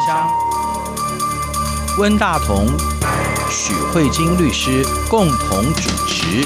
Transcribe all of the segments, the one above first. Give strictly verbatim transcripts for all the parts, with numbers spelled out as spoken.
章，温大同、许慧金律师共同主持。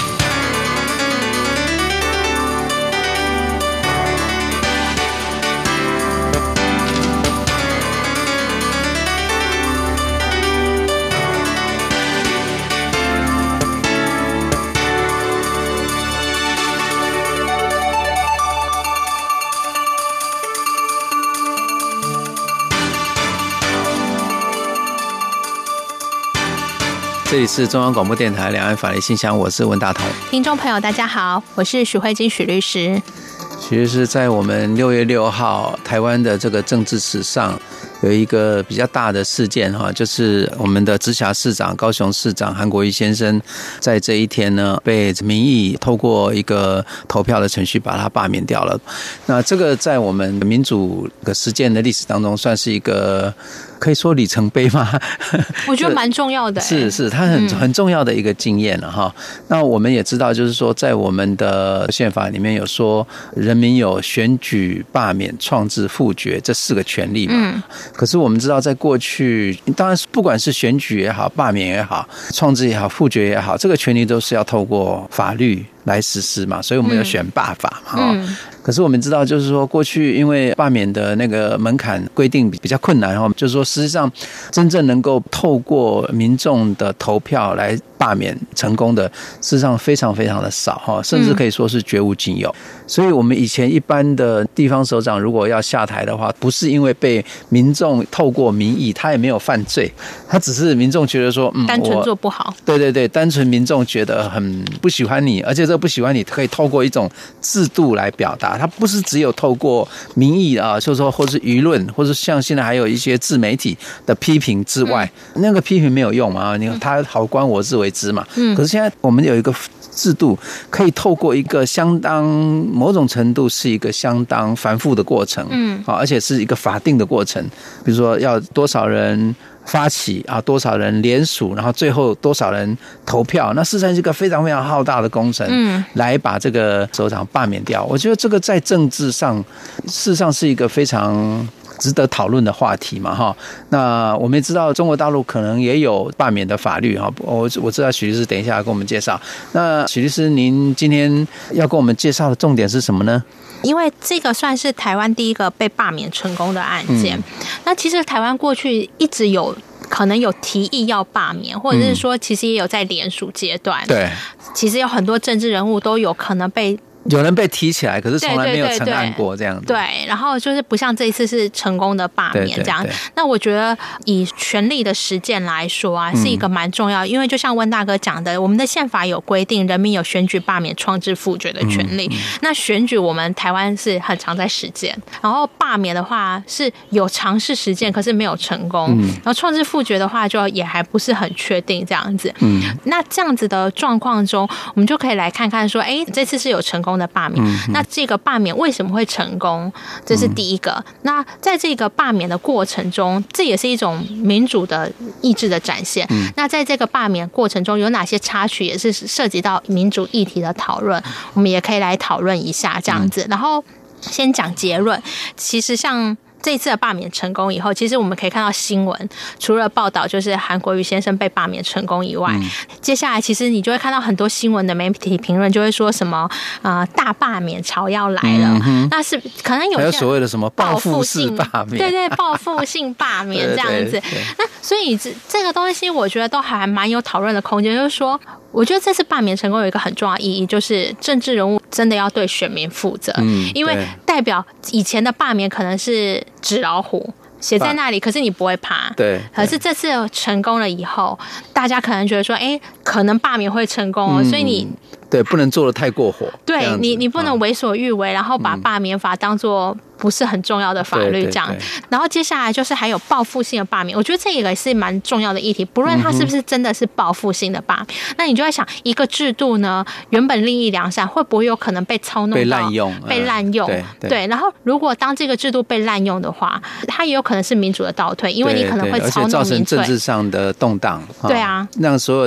这里是中央广播电台两岸法律信箱，我是温大同。 听众朋友大家好，我是许慧金许律师。 其实是在我们六月六号台湾的这个政治史上有一个比较大的事件哈，就是我们的直辖市长高雄市长韩国瑜先生在这一天呢被民意透过一个投票的程序把他罢免掉了。那这个在我们民主的实践的历史当中算是一个可以说里程碑吗？ 我觉得蛮重要的、欸、 是是它很很重要的一个经验了哈。那我们也知道就是说在我们的宪法里面有说人民有选举、罢免、创制、复决这四个权利嘛。嗯。可是我们知道，在过去，当然不管是选举也好、罢免也好、创制也好、复决也好，这个权利都是要透过法律来实施嘛，所以我们要选罢法嘛。嗯。可是我们知道，就是说过去因为罢免的那个门槛规定比较困难哈，就是说实际上真正能够透过民众的投票来罢免成功的，事实上非常非常的少哈，甚至可以说是绝无仅有。所以我们以前一般的地方首长如果要下台的话，不是因为被民众透过民意，他也没有犯罪，他只是民众觉得说，嗯， 单纯做不好。 对对对，单纯民众觉得很不喜欢你，而且这个不喜欢你可以透过一种制度来表达。它不是只有透过民意啊，就是说或是舆论，或是像现在还有一些自媒体的批评之外，嗯、那个批评没有用嘛？你看他好官我自为之嘛。嗯。可是现在我们有一个制度，可以透过一个相当某种程度是一个相当繁复的过程，嗯，啊，而且是一个法定的过程，比如说要多少人发起啊，多少人联署，然后最后多少人投票，那事实上是一个非常非常浩大的工程，嗯，来把这个首长罢免掉。我觉得这个在政治上，事实上是一个非常值得讨论的话题嘛，哈。那我们也知道中国大陆可能也有罢免的法律哈，我我知道许律师等一下跟我们介绍。那许律师，您今天要跟我们介绍的重点是什么呢？ 因为这个算是台湾第一个被罢免成功的案件。嗯、那其实台湾过去一直有可能有提议要罢免，或者是说其实也有在联署阶段。对，其实有很多政治人物都有可能被。 有人被提起来，可是从来没有成案过这样子。 对，然后就是不像这一次是成功的罢免这样。对对对，那我觉得以权力的实践来说啊，是一个蛮重要，因为就像温大哥讲的，我们的宪法有规定，人民有选举、罢免、创制、复决的权利。嗯嗯、那选举我们台湾是很常在实践，然后罢免的话是有尝试实践，可是没有成功。嗯、然后创制、复决的话，就也还不是很确定这样子。嗯，那这样子的状况中，我们就可以来看看说，哎，这次是有成功的罢免，嗯、那这个罢免为什么会成功？这是第一个。嗯、那在这个罢免的过程中，这也是一种民主的意志的展现。嗯、那在这个罢免过程中，有哪些插曲也是涉及到民主议题的讨论，我们也可以来讨论一下这样子。嗯、然后先讲结论，其实像。这一次的罢免成功以后，其实我们可以看到新闻，除了报道就是韩国瑜先生被罢免成功以外，嗯、接下来其实你就会看到很多新闻的媒体评论就会说什么呃大罢免潮要来了，嗯、那是可能有还有所谓的什么报复性罢免， 对对，报复性罢免这样子。对对对，那所以这这个东西我觉得都还蛮有讨论的空间，就是说。我觉得这次罢免成功有一个很重要的意义，就是政治人物真的要对选民负责，嗯、因为代表以前的罢免可能是纸老虎写在那里，可是你不会怕。对。可是这次成功了以后，大家可能觉得说，哎，可能罢免会成功哦，嗯、所以你对不能做得太过火。 对你，你不能为所欲为，然后把罢免法当作不是很重要的法律这样。对对对，然后接下来就是还有报复性的罢免，我觉得这个也是蛮重要的议题，不论它是不是真的是报复性的罢免，嗯、那你就在想，一个制度呢，原本利益良善，会不会有可能被操弄到、被滥用、被滥用？呃、对, 对, 对。然后，如果当这个制度被滥用的话，它也有可能是民主的倒退，因为你可能会操弄民粹， 而且造成政治上的动荡。 对啊， 让所有的这个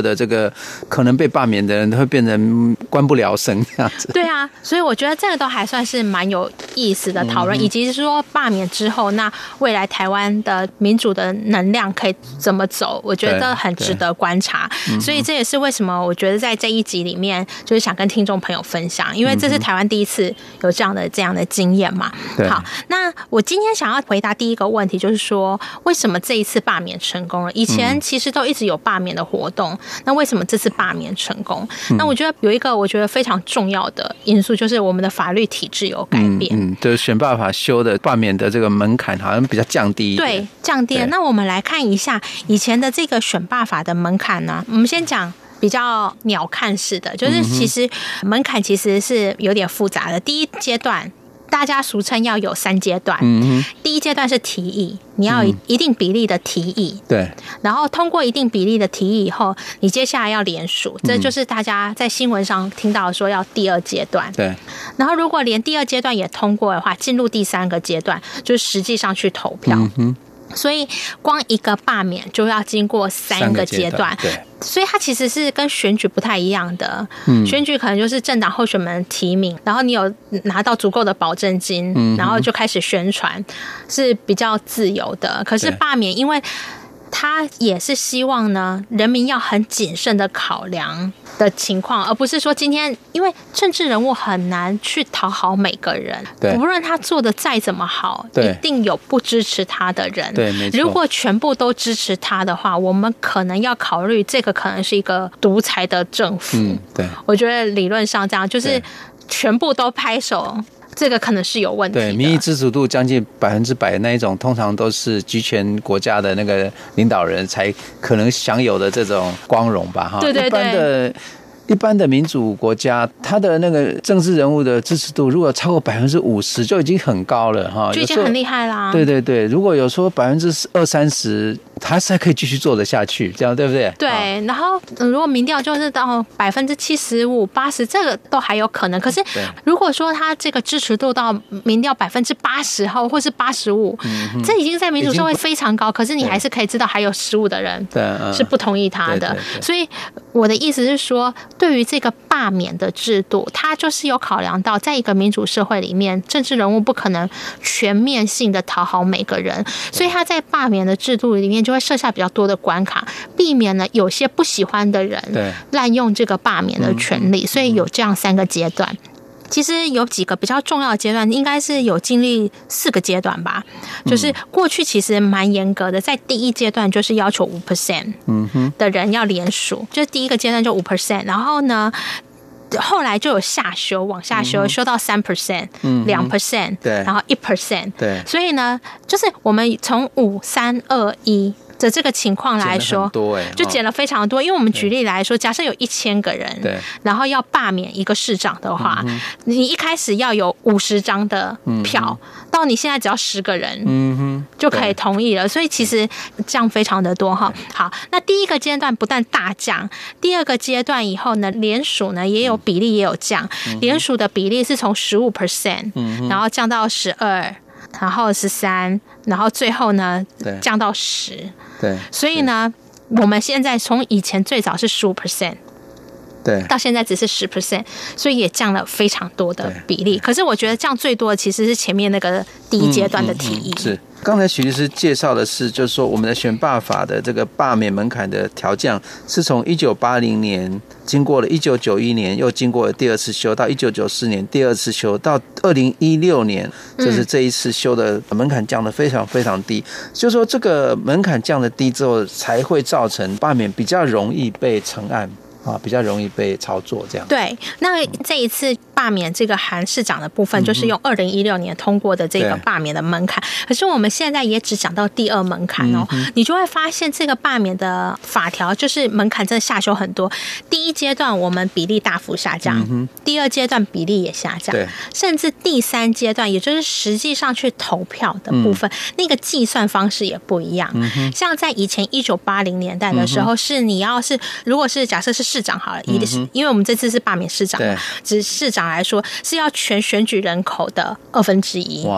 个可能被罢免的人会变成官不聊生这样子。 对啊，所以我觉得这个都还算是蛮有意思的讨论，嗯、以及是说罢免之后，那未来台湾的民主的能量可以怎么走，我觉得很值得观察。所以这也是为什么我觉得在这一集里面，就是想跟听众朋友分享，因为这是台湾第一次有这样的这样的经验嘛。好，那我今天想要回答第一个问题，就是说为什么这一次罢免成功了？以前其实都一直有罢免的活动，嗯、那为什么这次罢免成功？嗯、那我觉得有一个我觉得非常重要的因素，就是我们的法律体制有改变。 嗯，嗯就是选罢法修的罢免的这个门槛好像比较降低一点。 对，降低了。那我们来看一下以前的这个选罢法的门槛呢，我们先讲比较鸟瞰式的，就是其实门槛其实是有点复杂的。第一阶段大家俗称要有三阶段，嗯、第一阶段是提议，你要有一定比例的提议，对、嗯，然后通过一定比例的提议以后，你接下来要联署，这就是大家在新闻上听到说要第二阶段，对。然后如果连第二阶段也通过的话，进入第三个阶段，就是实际上去投票。嗯所以光一个罢免就要经过三个阶段，对，所以它其实是跟选举不太一样的。嗯、选举可能就是政党候选人提名，然后你有拿到足够的保证金，嗯、然后就开始宣传，是比较自由的。可是罢免，因为他也是希望呢，人民要很谨慎的考量的情况，而不是说今天因为政治人物很难去讨好每个人，不论他做的再怎么好，一定有不支持他的人。对，没错。如果全部都支持他的话，我们可能要考虑这个可能是一个独裁的政府。嗯，对。我觉得理论上这样，就是全部都拍手。这个可能是有问题的。对，民意支持度将近百分之百的那一种，通常都是集权国家的那个领导人才可能享有的这种光荣吧，哈。对对对。一般的。一般的民主国家，他的那个政治人物的支持度，如果超过百分之五十，就已经很高了哈，就已经很厉害啦。对对对，如果有说百分之二三十，他是还可以继续做得下去，这样对不对？对。然后、嗯、如果民调就是到百分之七十五、八十，这个都还有可能。可是如果说他这个支持度到民调百分之八十后，或是八十五，这已经在民主社会非常高。可是你还是可以知道，还有十五的人是不同意他的。对对对对，所以我的意思是说。对于这个罢免的制度，它就是有考量到，在一个民主社会里面，政治人物不可能全面性的讨好每个人，所以他在罢免的制度里面就会设下比较多的关卡，避免了有些不喜欢的人滥用这个罢免的权利，所以有这样三个阶段。其实有几个比较重要的阶段，应该是有经历四个阶段吧。就是过去其实蛮严格的，在第一阶段就是要求五 percent 的人要联署，就是第一个阶段就五 percent， 然后呢。后来就有下修，往下修，嗯、修到三 percent、两 percent， 对，然后一 percent， 对。所以呢，就是我们从五、三、二、一的这个情况来说，就减了非常多。因为我们举例来说，假设有一千个人，对，然后要罢免一个市长的话，嗯、你一开始要有五十张的票，嗯、到你现在只要十个人，嗯哼，就可以同意了。所以其实降非常的多哈。好，那第一个阶段不但大降，第二个阶段以后呢，联署呢也有比例也有降，嗯、联署的比例是从十五 percent， 然后降到十二。然后十三，然后最后呢降到十，对，所以呢，我们现在从以前最早是十五 percent， 对，到现在只是十 percent， 所以也降了非常多的比例。可是我觉得降最多的其实是前面那个第一阶段的提议。嗯嗯嗯、是，刚才许律师介绍的是，就是说我们的选罢法的这个罢免门槛的调降，是从一九八零年。经过了一九九一年，又经过了第二次修，到一九九四年第二次修，到二零一六年，就是这一次修的门槛降得非常非常低。就是说这个门槛降得低之后，才会造成罢免比较容易被成案啊，比较容易被操作这样。对，那这一次罢免这个韩市长的部分，就是用二零一六年通过的这个罢免的门槛。可是我们现在也只讲到第二门槛哦，嗯、你就会发现这个罢免的法条就是门槛真的下修很多。第一阶段我们比例大幅下降，嗯、第二阶段比例也下降，甚至第三阶段，也就是实际上去投票的部分，嗯、那个计算方式也不一样。嗯、像在以前一九八零年代的时候，嗯、是你要是如果是假设是市长好了，嗯、因为我们这次是罢免市长嘛，只市长来说是要全选举人口的二分之一。哇！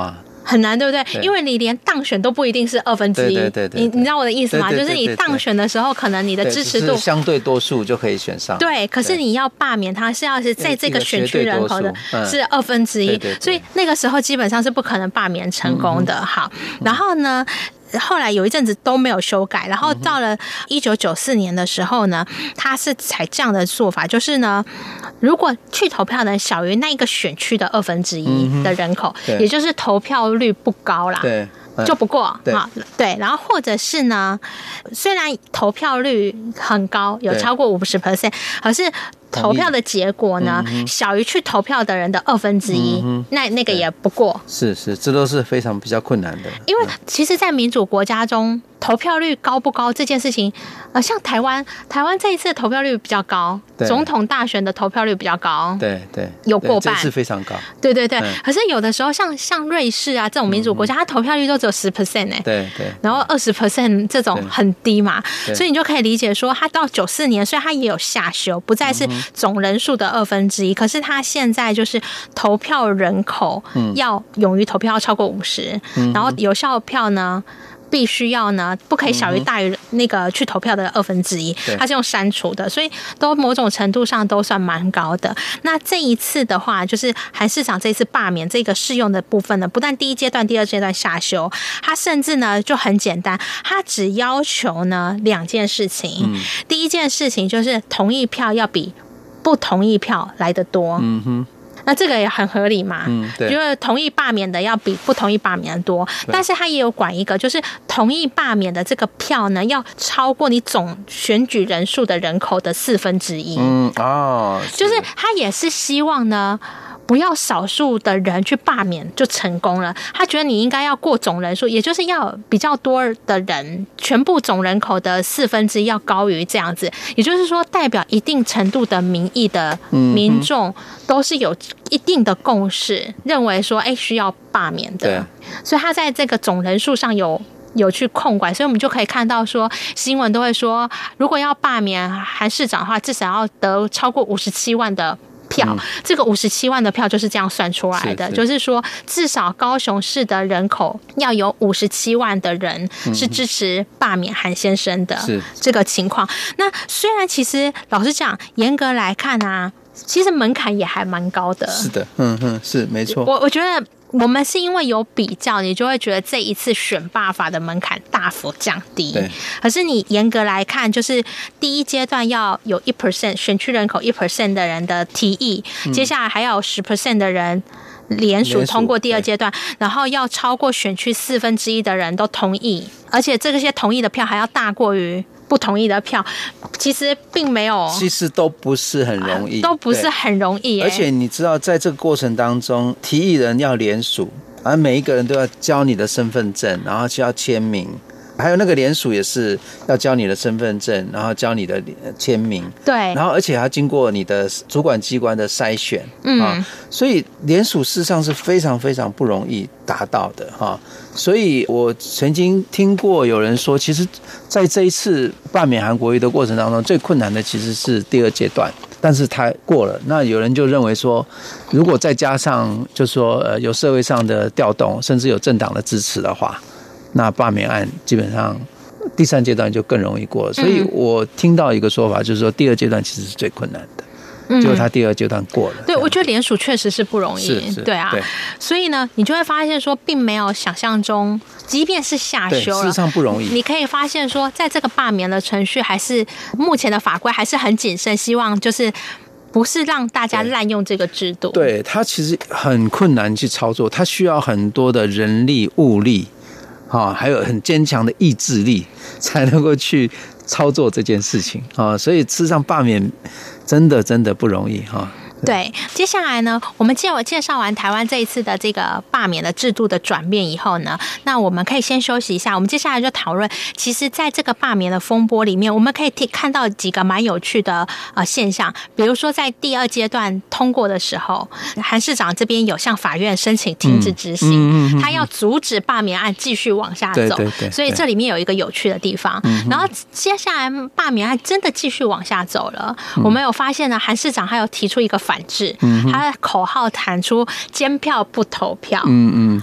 很难，对不对？对，因为你连当选都不一定是二分之一。 对对 对, 对, 对， 你你知道我的意思吗？ 对对对对对， 就是你当选的时候，可能你的支持度相对多数就可以选上。 对，可是你要罢免他，是要是在这个选区人口的是二分之一，所以那个时候基本上是不可能罢免成功的。嗯、好，然后呢？后来有一阵子都没有修改，然后到了一九九四年的时候呢，他是采这样的做法，就是呢，如果去投票的人小于那一个选区的二分之一的人口，嗯、也就是投票率不高啦， 对， 就不过对, 对，然后或者是呢，虽然投票率很高，有超过五十 percent， 可是投票的结果呢，嗯、小于去投票的人的二分之一，嗯、那那个也不过。 是是，这都是非常比较困难的。 因为其实，在民主国家中，投票率高不高这件事情，呃，像台湾，台湾这一次的投票率比较高，总统大选的投票率比较高， 对对， 有过半， 这次非常高。 对对对，嗯、可是有的时候像像瑞士啊这种民主国家，嗯、它投票率都只有十 percent 哎， 对对， 然后二十 percent 这种很低嘛，所以你就可以理解说，它到九四年，虽然它也有下修，不再是总人数的二分之一，可是它现在就是投票人口要勇于投票要超过五十，嗯，然后有效票呢必须要呢不可以小于大于那个去投票的二分之一，它是用删除的，所以都某种程度上都算蛮高的。那这一次的话，就是韩市长这一次罢免这个适用的部分呢，不但第一阶段、第二阶段下修，他甚至呢就很简单，他只要求呢两件事情，嗯，第一件事情就是同意票要比不同意票来得多，嗯哼。那这个也很合理嘛，嗯，对，就是同意罢免的要比不同意罢免的多，但是他也有管一个，就是同意罢免的这个票呢，要超过你总选举人数的人口的四分之一，嗯哦，就是他也是希望呢。不要少数的人去罢免就成功了，他觉得你应该要过总人数，也就是要比较多的人，全部总人口的四分之一要高于这样子，也就是说代表一定程度的民意的民众都是有一定的共识，认为说哎需要罢免的，所以他在这个总人数上有有去控管，所以我们就可以看到说新闻都会说，如果要罢免韩市长的话，至少要得超过五十七万的票，嗯、这个五十七万的票就是这样算出来的，是是就是说至少高雄市的人口要有五十七万的人是支持罢免韩先生的这个情况。那虽然其实老实讲，严格来看啊，其实门槛也还蛮高的。 是的，嗯嗯，是没错。 我我觉得。我们是因为有比较，你就会觉得这一次选罢法的门槛大幅降低。对，可是你严格来看，就是第一阶段要有一 percent 选区人口一 percent 的人的提议，嗯、接下来还要有十 percent 的人联署通过第二阶段，然后要超过选区四分之一的人都同意，而且这些同意的票还要大过于不同意的票，其实并没有， 其实都不是很容易， 都不是很容易。 而且你知道，在这个过程当中，提议人要联署，而每一个人都要交你的身份证，然后就要签名。还有那个联署也是要交你的身份证，然后交你的签名， 对， 然后而且还要经过你的主管机关的筛选，嗯、啊，所以联署事实上是非常非常不容易达到的哈、啊。所以我曾经听过有人说，其实在这一次罢免韩国瑜的过程当中，最困难的其实是第二阶段，但是他过了。那有人就认为说，如果再加上就说呃有社会上的调动，甚至有政党的支持的话，那罢免案基本上第三阶段就更容易过了，所以我听到一个说法，就是说第二阶段其实是最困难的，结果他第二阶段过了。 对，我觉得联署确实是不容易， 是是对啊对，所以呢，你就会发现说，并没有想象中，即便是下修了， 事实上不容易。 你可以发现说，在这个罢免的程序，还是目前的法规还是很谨慎，希望就是不是让大家滥用这个制度。 对，它其实很困难去操作，它需要很多的人力物力。啊，还有很坚强的意志力，才能够去操作这件事情啊，所以事实上罢免真的真的不容易哈。 对，接下来呢，我们介我介绍完台湾这一次的这个罢免的制度的转变以后呢，那我们可以先休息一下，我们接下来就讨论，其实在这个罢免的风波里面，我们可以看到几个蛮有趣的呃现象，比如说在第二阶段通过的时候，韩市长这边有向法院申请停止执行，嗯嗯嗯嗯、他要阻止罢免案继续往下走， 对对对， 所以这里面有一个有趣的地方。嗯、然后接下来罢免案真的继续往下走了，嗯、我们有发现呢，韩市长还有提出一个反制，嗯、他的口号喊出监票不投票， 嗯嗯，对，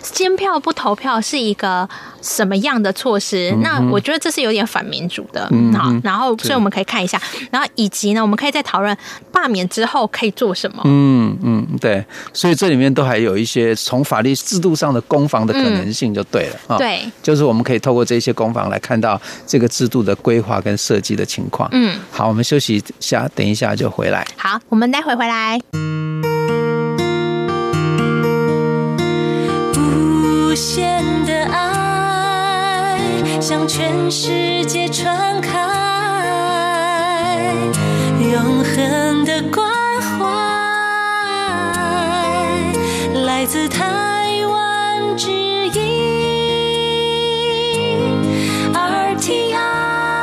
监票不投票是一个什么样的措施？嗯、那我觉得这是有点反民主的。嗯，好，然后所以我们可以看一下，然后以及呢，我们可以再讨论罢免之后可以做什么。 嗯嗯，对，所以这里面都还有一些从法律制度上的攻防的可能性，就对了。嗯、 对， 就是我们可以透过这些攻防来看到这个制度的规划跟设计的情况。嗯，好，我们休息一下，等一下就回来。 好，我们待会回来。 无限的爱向全世界传开，永恒的关怀来自台湾之音 R T I。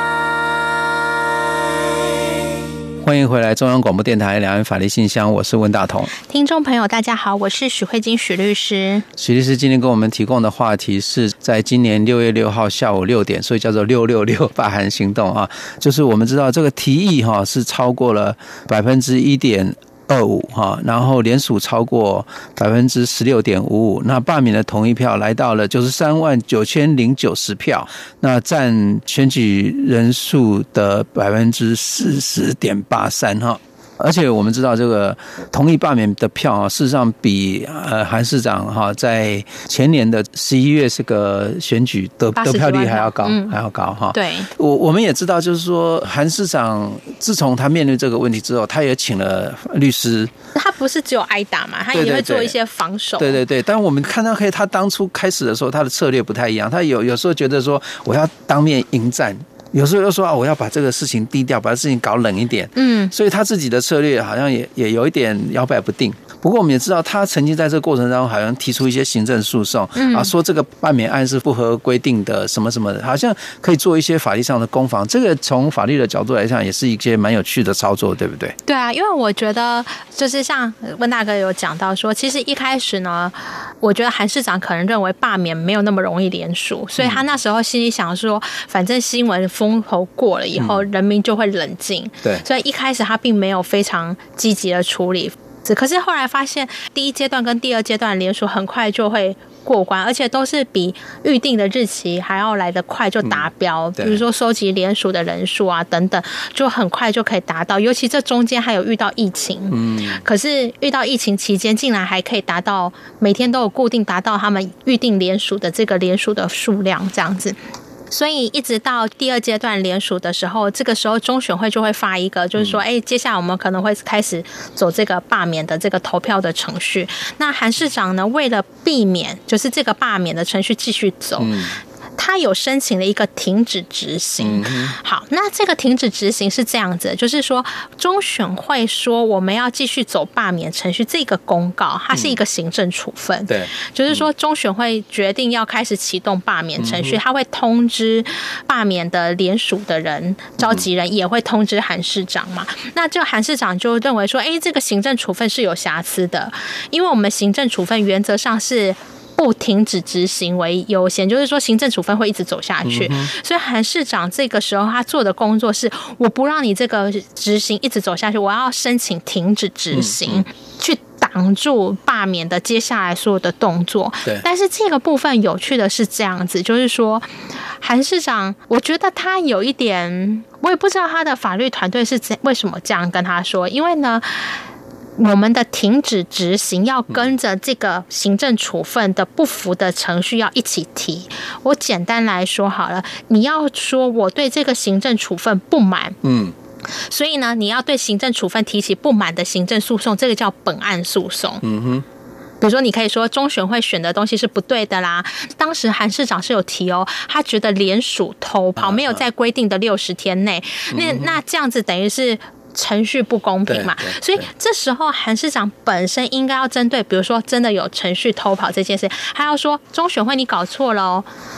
欢迎回来，中央广播电台两岸法律信箱，我是温大同。 听众朋友大家好，我是许慧金许律师。 许律师今天给我们提供的话题是在今年六月六号下午六点，所以叫做六六六罢韩行动啊，就是我们知道这个提议哈是超过了百分之一点二五哈，然后联署超过百分之十六点五五，那罢免的同意票来到了九十三万九千零九十票，那占选举人数的百分之四十点八三哈。而且我们知道，这个同意罢免的票啊，事实上比呃韩市长哈在前年的十一月这个选举得得票率还要高，嗯、还要高哈。 对， 我我们也知道，就是说韩市长自从他面对这个问题之后，他也请了律师。 他不是只有挨打嘛，他也会做一些防守。 对对对，但我们看到可以，他当初开始的时候，他的策略不太一样。他有有时候觉得说，我要当面迎战。有时候又说啊，我要把这个事情低调，把事情搞冷一点。嗯，所以他自己的策略好像也也有一点摇摆不定。不过我们也知道，他曾经在这个过程当中好像提出一些行政诉讼，嗯、啊，说这个罢免案是不合规定的，什么什么的，好像可以做一些法律上的攻防。这个从法律的角度来讲，也是一些蛮有趣的操作，对不对？ 对啊，因为我觉得就是像温大哥有讲到说，其实一开始呢，我觉得韩市长可能认为罢免没有那么容易联署，所以他那时候心里想说，反正新闻风头过了以后，人民就会冷静。 对， 所以一开始他并没有非常积极的处理。可是后来发现，第一阶段跟第二阶段联署很快就会过关，而且都是比预定的日期还要来得快就达标。嗯、比如说收集联署的人数啊等等，就很快就可以达到。尤其这中间还有遇到疫情，嗯，可是遇到疫情期间，竟然还可以达到每天都有固定达到他们预定联署的这个联署的数量，这样子。所以一直到第二阶段联署的时候，这个时候中选会就会发一个，就是说，哎，接下来我们可能会开始走这个罢免的这个投票的程序。那韩市长呢，为了避免就是这个罢免的程序继续走。嗯，他有申请了一个停止执行。嗯、好，那这个停止执行是这样子，就是说中选会说我们要继续走罢免程序，这个公告它是一个行政处分。嗯、对，就是说中选会决定要开始启动罢免程序，他会通知罢免的联署的人、召集人，也会通知韩市长嘛。那就韩市长就认为说，哎，这个行政处分是有瑕疵的，因为我们行政处分原则上是不停止执行为优先，就是说行政处分会一直走下去。嗯、所以韩市长这个时候他做的工作是，我不让你这个执行一直走下去，我要申请停止执行，嗯、去挡住罢免的接下来所有的动作。对，但是这个部分有趣的是这样子，就是说韩市长，我觉得他有一点，我也不知道他的法律团队是为什么这样跟他说，因为呢，我们的停止执行要跟着这个行政处分的不服的程序要一起提。我简单来说好了，你要说我对这个行政处分不满，嗯，所以呢，你要对行政处分提起不满的行政诉讼，这个叫本案诉讼。嗯哼。比如说，你可以说中选会选的东西是不对的啦。当时韩市长是有提哦，他觉得联署投跑没有在规定的六十天内，那那这样子等于是程序不公平嘛。所以这时候韩市长本身应该要针对，比如说真的有程序偷跑这件事，他要说中选会你搞错了哦。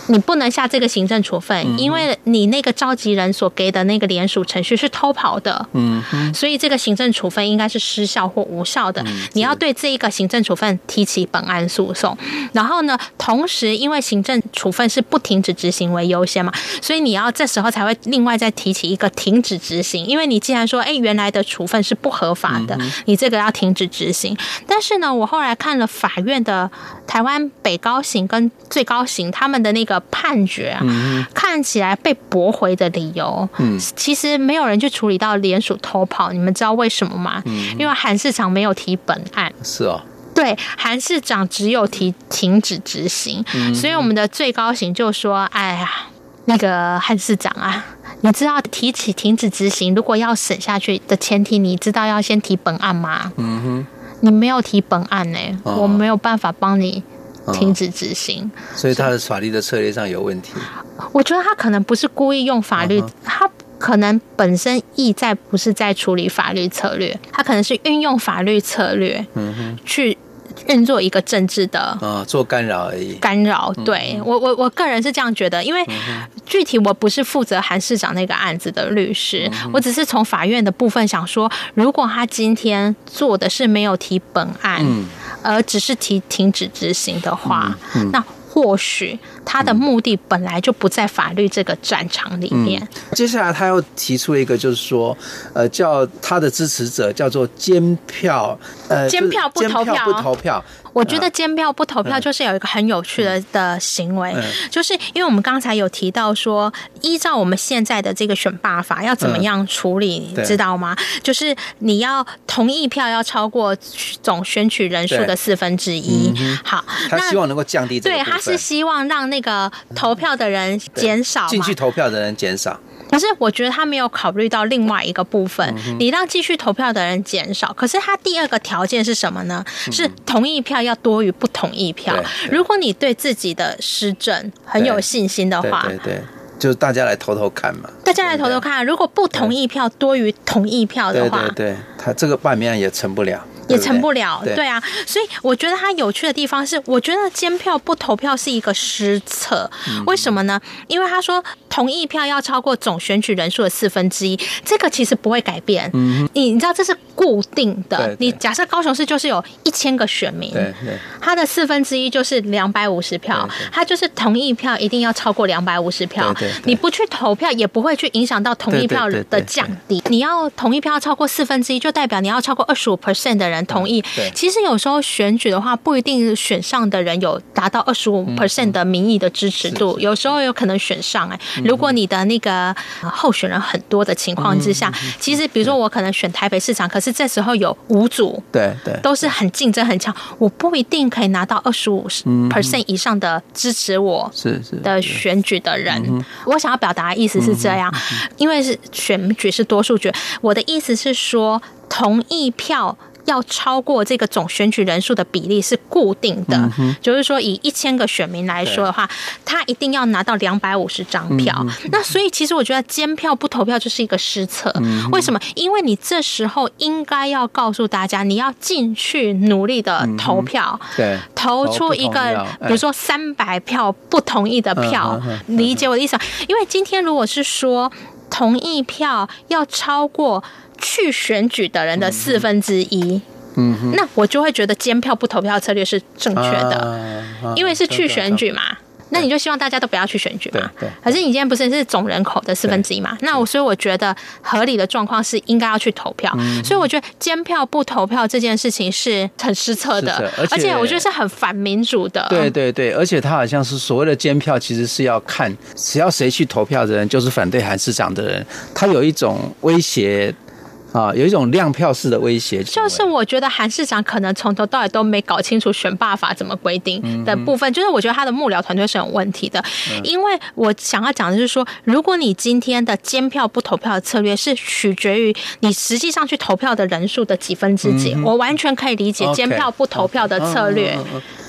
你不能下这个行政处分，嗯、因为你那个召集人所给的那个联署程序是偷跑的，嗯，所以这个行政处分应该是失效或无效的。嗯、你要对这一个行政处分提起本案诉讼。然后呢，同时因为行政处分是不停止执行为优先嘛，所以你要这时候才会另外再提起一个停止执行。因为你既然说，哎，原来的处分是不合法的，嗯、你这个要停止执行。但是呢，我后来看了法院的台湾北高行跟最高行他们的那个判决啊，嗯、看起来被驳回的理由，嗯、其实没有人去处理到联署偷跑。你们知道为什么吗？嗯、因为韩市长没有提本案。 是哦。 对，韩市长只有提停止执行，嗯、所以我们的最高行就说：“哎呀，那个韩市长啊，你知道提起停止执行，如果要审下去的前提，你知道要先提本案吗？嗯哼，你没有提本案呢、欸，哦、我没有办法帮你停止执行。哦、 所以他的法律的策略上有问题。 我觉得他可能不是故意用法律，哦、他。可能本身意在不是在处理法律策略，他可能是运用法律策略，嗯哼，去运作一个政治的啊、 哦，做干扰而已。 干扰，对、嗯、我我我个人是这样觉得，因为具体我不是负责韩市长那个案子的律师，嗯、我只是从法院的部分想说，如果他今天做的是没有提本案，嗯、而只是提停止执行的话，嗯嗯、那。或许他的目的本来就不在法律这个战场里面。嗯、 接下来他又提出了一个，就是说，呃，叫他的支持者叫做监票，呃， 监票不投票， 不投票。 我觉得监票不投票就是有一个很有趣的的行为，嗯、就是因为我们刚才有提到说，依照我们现在的这个选罢法要怎么样处理，嗯、知道吗？就是你要同意票要超过总选举人数的四分之一。嗯、好， 他希望能够降低这个部分。 对，他是希望让那个投票的人减少嘛， 进去投票的人减少。 可是我觉得他没有考虑到另外一个部分，嗯、你让继续投票的人减少，可是他第二个条件是什么呢？嗯、是同意票要多于不同意票。如果你对自己的施政很有信心的话， 对对 对, 对，就是大家来投投看嘛。 大家来投投看，如果不同意票多于同意票的话， 对对对，他这个罢免案也成不了。 也成不了， 对, 对啊，所以我觉得它有趣的地方是，我觉得监票不投票是一个失策。嗯、为什么呢？因为他说同意票要超过总选举人数的四分之一，这个其实不会改变。嗯、你你知道这是固定的。对对，你假设高雄市就是有一千个选民，对对，他的四分之一就是两百五十票，他就是同意票一定要超过两百五十票。对对对，你不去投票也不会去影响到同意票的降低。对对对对对，你要同意票超过四分之一，就代表你要超过二十五 percent 的人同意。嗯、其实有时候选举的话，不一定选上的人有达到二十五 percent 的民意的支持度，嗯、有时候有可能选上、欸。如果你的那个候选人很多的情况之下，嗯、其实比如说我可能选台北市长，可是这时候有五组，对对，都是很竞争很强，我不一定可以拿到二十五 percent 以上的支持我的选举的人。嗯、我想要表达的意思是这样，嗯、因为是选举是多数决，我的意思是说同意票要超过这个总选举人数的比例是固定的，嗯、就是说以一千个选民来说的话，他一定要拿到两百五十张票。嗯、那所以其实我觉得监票不投票就是一个失策。嗯、为什么？因为你这时候应该要告诉大家，你要进去努力的投票，嗯、对，投出一个比如说三百票不同意的票，嗯、理解我的意思吗？因为今天如果是说同意票要超过去选举的人的四分之一，嗯哼，那我就会觉得监票不投票策略是正确的，啊啊、因为是去选举嘛，那你就希望大家都不要去选举嘛。对，可是你今天不是是总人口的四分之一嘛？那我所以我觉得合理的状况是应该要去投票，嗯、所以我觉得监票不投票这件事情是很失策的，而且, 而且我觉得是很反民主的。 对对对，而且他好像是所谓的监票，其实是要看只要谁去投票的人，就是反对韩市长的人，他有一种威胁。啊，有一种亮票式的威胁， 就是我觉得韩市长可能从头到尾都没搞清楚选罢法怎么规定的部分，嗯、就是我觉得他的幕僚团队是有问题的。嗯、因为我想要讲的是说，如果你今天的监票不投票的策略是取决于你实际上去投票的人数的几分之几，嗯、我完全可以理解监票不投票的策略。Okay.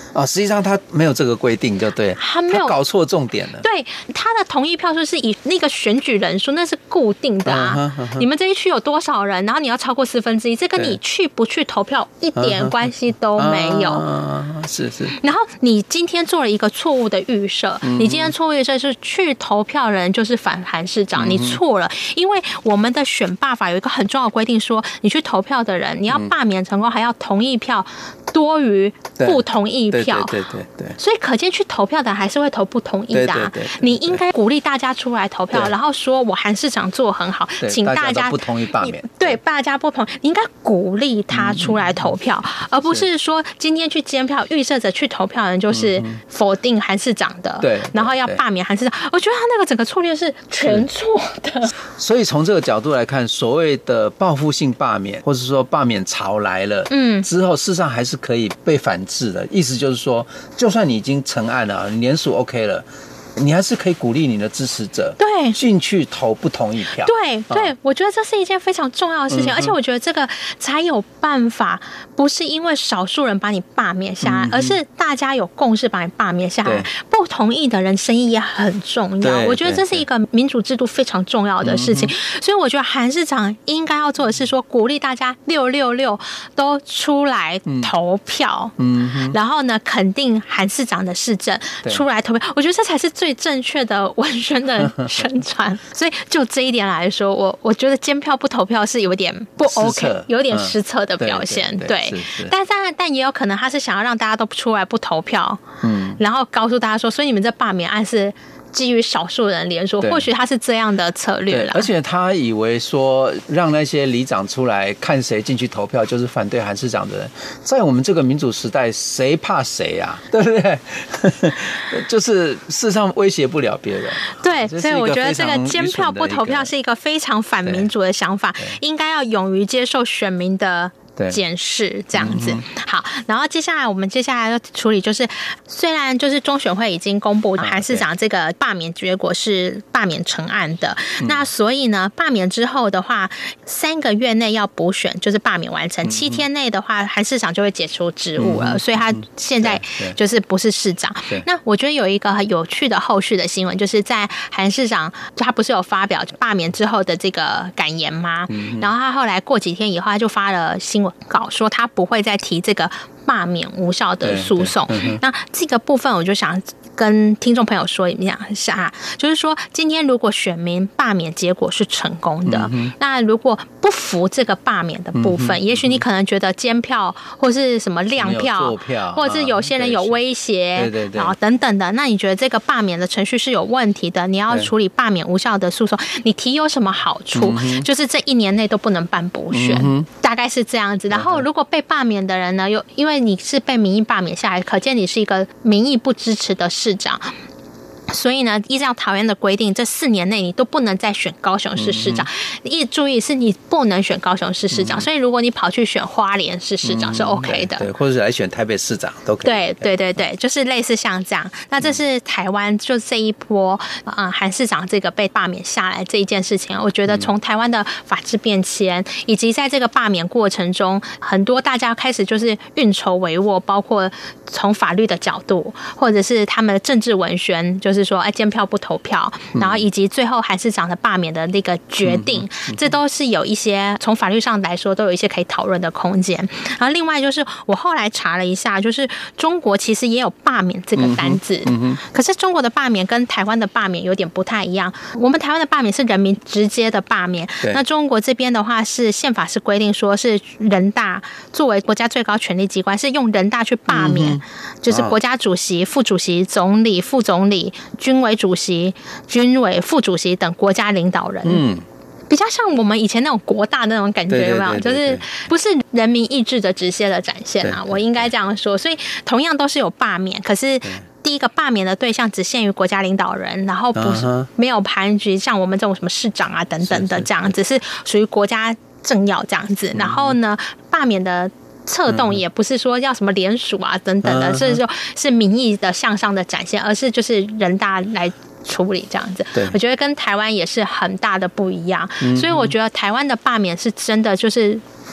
啊，实际上他没有这个规定，就对， 他没有， 他搞错重点了。 对，他的同意票数是以那个选举人数，那是固定的啊。Uh-huh, uh-huh. 你们这一区有多少人，然后你要超过四分之一，这跟你去不去投票一点关系都没有。 Uh-huh. Uh-huh. 是是。 然后你今天做了一个错误的预设，嗯、你今天错误预设是去投票人就是反韩市长，嗯、你错了，因为我们的选罢法有一个很重要的规定说，你去投票的人，你要罢免成功，还要同意票多于不同意票。 对对对 对, 对。 所以可见去投票的人还是会投不同意的、啊。对对对对对，你应该鼓励大家出来投票，然后说我韩市长做很好，请大家, 大家不同意罢免。 对，大家不同意，你应该鼓励他出来投票，嗯、而不是说今天去监票，预设着去投票的人就是否定韩市长的， 对， 然后要罢免韩市长。我觉得他那个整个策略是全错的。 所以从这个角度来看，所谓的报复性罢免，或者说罢免潮来了，嗯，之后事实上还是可以被反制的。意思就是说，就算你已经成案了，你联署 OK 了。你还是可以鼓励你的支持者对进去投不同意票。 对对、哦，我觉得这是一件非常重要的事情，嗯、而且我觉得这个才有办法，不是因为少数人把你罢免下来，嗯、而是大家有共识把你罢免下来。不同意的人声音也很重要，我觉得这是一个民主制度非常重要的事情。所以我觉得韩市长应该要做的是说，鼓励大家六六六都出来投票，嗯，然后呢，肯定韩市长的市政，出来投票。我觉得这才是最正确的文宣的宣传，所以就这一点来说，我我觉得监票不投票是有点不 OK， 有点失策的表现。嗯、对, 对, 对，但但但也有可能他是想要让大家都出来不投票，嗯，然后告诉大家说，所以你们这罢免案是基于少数人联署，或许他是这样的策略啦。 而且他以为说让那些里长出来看谁进去投票就是反对韩市长的人，在我们这个民主时代，谁怕谁啊？对不对？就是事实上威胁不了别人。 对，所以我觉得这个监票不投票是一个非常反民主的想法，应该要勇于接受选民的检视这样子。好，然后接下来我们接下来要处理就是，虽然就是中选会已经公布韩市长这个罢免结果是罢免成案的，嗯、那所以呢，罢免之后的话，三个月内要补选，就是罢免完成，嗯、七天内的话，韩市长就会解除职务了，嗯、所以他现在就是不是市长。那我觉得有一个很有趣的后续的新闻，就是在韩市长他不是有发表罢免之后的这个感言吗？嗯、然后他后来过几天以后，他就发了新闻稿说他不会再提这个罢免无效的诉讼。那这个部分我就想跟听众朋友说一下，就是说今天如果选民罢免结果是成功的，嗯、那如果不服这个罢免的部分，嗯、也许你可能觉得监票或是什么亮票，票或者是有些人有威胁，对对对，然后等等的，那你觉得这个罢免的程序是有问题的，你要处理罢免无效的诉讼，你提有什么好处？嗯、就是这一年内都不能办补选，嗯、大概是这样子。然后如果被罢免的人呢，又因为你是被民意罢免下来，可见你是一个民意不支持的市长。所以呢，依照桃园的规定，这四年内你都不能再选高雄市市长。一、嗯、注意是你不能选高雄市市长，嗯、所以如果你跑去选花莲市市长是 OK 的， 嗯、对, 对，或者是来选台北市长都可以。 对对对对，就是类似像这样。那这是台湾就这一波嗯韩市长这个被罢免下来这一件事情，我觉得从台湾的法制变迁，以及在这个罢免过程中，很多大家开始就是运筹帷幄，包括从法律的角度，或者是他们的政治文宣，就是。就是说，哎，监票不投票，然后以及最后韩市长的罢免的那个决定，嗯、这都是有一些从法律上来说都有一些可以讨论的空间。然后另外就是我后来查了一下，就是中国其实也有罢免这个单字，嗯、可是中国的罢免跟台湾的罢免有点不太一样。我们台湾的罢免是人民直接的罢免，那中国这边的话是宪法是规定说是人大作为国家最高权力机关，是用人大去罢免，嗯、就是国家主席、副主席、总理、副总理。军委主席、军委副主席等国家领导人，嗯，比较像我们以前那种国大那种感觉，有没有？就是不是人民意志的直接的展现啊，我应该这样说。所以同样都是有罢免，可是第一个罢免的对象只限于国家领导人，然后不是没有盘踞像我们这种什么市长啊等等的这样子，是属于国家政要这样子。然后呢，罢免的策动也不是说要什么联署啊等等的，是说是民意的向上的展现，而是就是人大来处理这样子。我觉得跟台湾也是很大的不一样，嗯、所以我觉得台湾的罢免是真的就是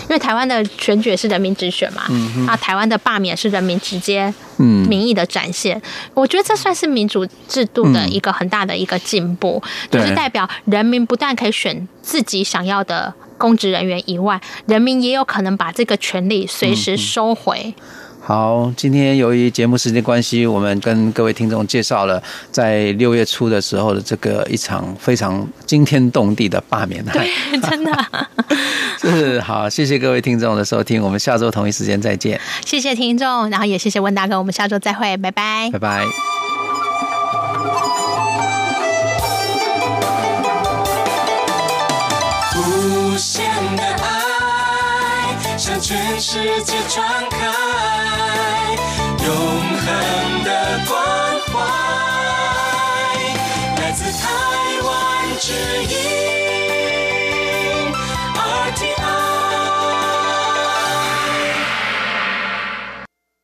因为台湾的选举是人民直选嘛，嗯、啊，台湾的罢免是人民直接民意的展现。嗯、我觉得这算是民主制度的一个很大的一个进步，嗯、就是代表人民不但可以选自己想要的公职人员以外，人民也有可能把这个权利随时收回。嗯好，今天由于节目时间关系，我们跟各位听众介绍了在六月初的时候的这个一场非常惊天动地的罢免案。 对，真的。 是好，谢谢各位听众的收听，我们下周同一时间再见。 谢谢听众，然后也谢谢温大哥，我们下周再会，拜拜， 拜拜。 无限的爱向全世界传开，永恒的关怀来自台湾之音。